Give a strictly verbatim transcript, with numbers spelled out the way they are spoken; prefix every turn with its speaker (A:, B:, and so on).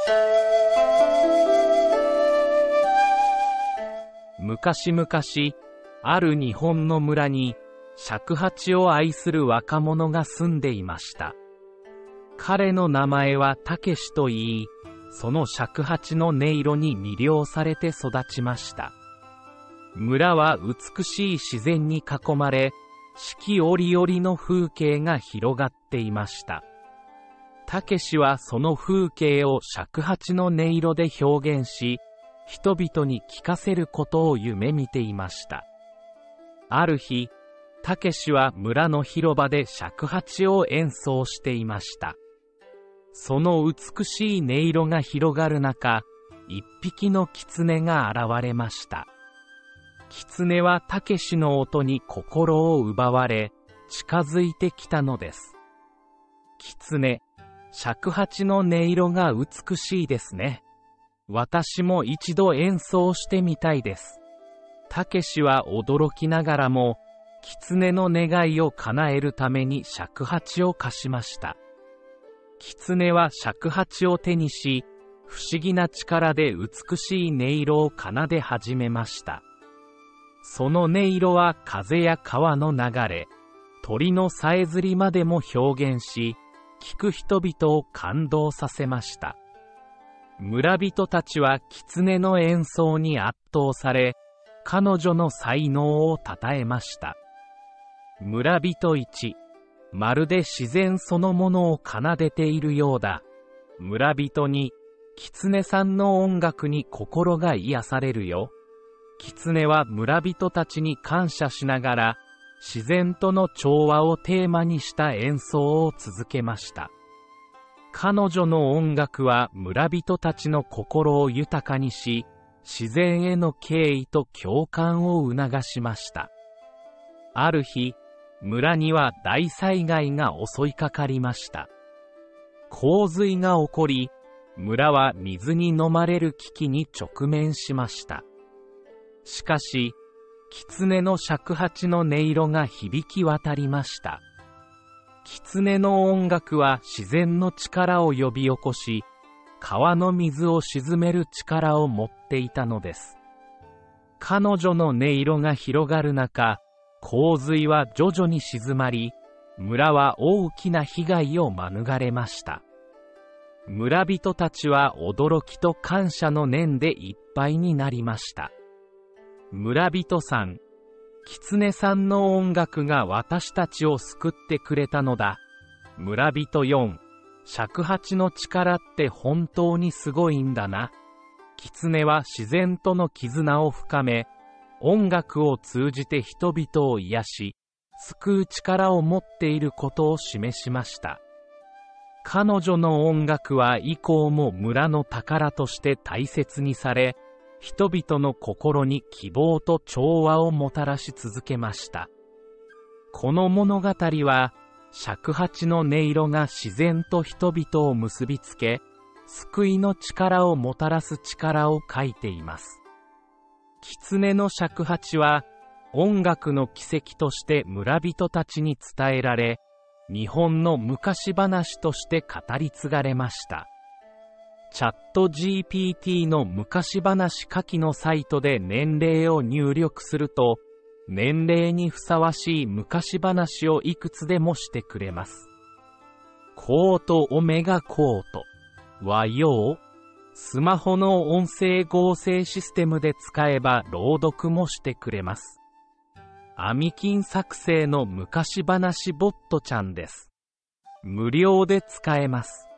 A: 昔々、ある日本の村に、尺八を愛する若者が住んでいました。彼の名前はたけしといい、その尺八の音色に魅了されて育ちました。村は美しい自然に囲まれ、四季折々の風景が広がっていました。たけしはその風景を尺八の音色で表現し、人々に聞かせることを夢見ていました。ある日、たけしは村の広場で尺八を演奏していました。その美しい音色が広がる中、一匹の狐が現れました。狐はたけしの音に心を奪われ、近づいてきたのです。狐、尺八の音色が美しいですね。私も一度演奏してみたいです。たけしは驚きながらも、狐の願いを叶えるために尺八を貸しました。狐は尺八を手にし、不思議な力で美しい音色を奏で始めました。その音色は風や川の流れ、鳥のさえずりまでも表現し、聞く人々を感動させました。村人たちは狐の演奏に圧倒され、彼女の才能をたたえました。村人いち、まるで自然そのものを奏でているようだ。村人に、狐さんの音楽に心が癒されるよ。狐は村人たちに感謝しながら、自然との調和をテーマにした演奏を続けました。彼女の音楽は村人たちの心を豊かにし、自然への敬意と共感を促しました。ある日、村には大災害が襲いかかりました。洪水が起こり、村は水に飲まれる危機に直面しました。しかし、狐の尺八の音色が響き渡りました。狐の音楽は自然の力を呼び起こし、川の水を沈める力を持っていたのです。彼女の音色が広がる中、洪水は徐々に静まり、村は大きな被害を免れました。村人たちは驚きと感謝の念でいっぱいになりました。村人さん、狐さんの音楽が私たちを救ってくれたのだ。村人よん、尺八の力って本当にすごいんだな。狐は自然との絆を深め、音楽を通じて人々を癒し、救う力を持っていることを示しました。彼女の音楽は以降も村の宝として大切にされ、人々の心に希望と調和をもたらし続けました。この物語は、尺八の音色が自然と人々を結びつけ、救いの力をもたらす力を書いています。狐の尺八は、音楽の奇跡として村人たちに伝えられ、日本の昔話として語り継がれました。チャット ジーピーティー の昔話書きのサイトで年齢を入力すると、年齢にふさわしい昔話をいくつでもしてくれます。コートオメガコートはよう、スマホの音声合成システムで使えば朗読もしてくれます。アミキン作成の昔話ボットちゃんです。無料で使えます。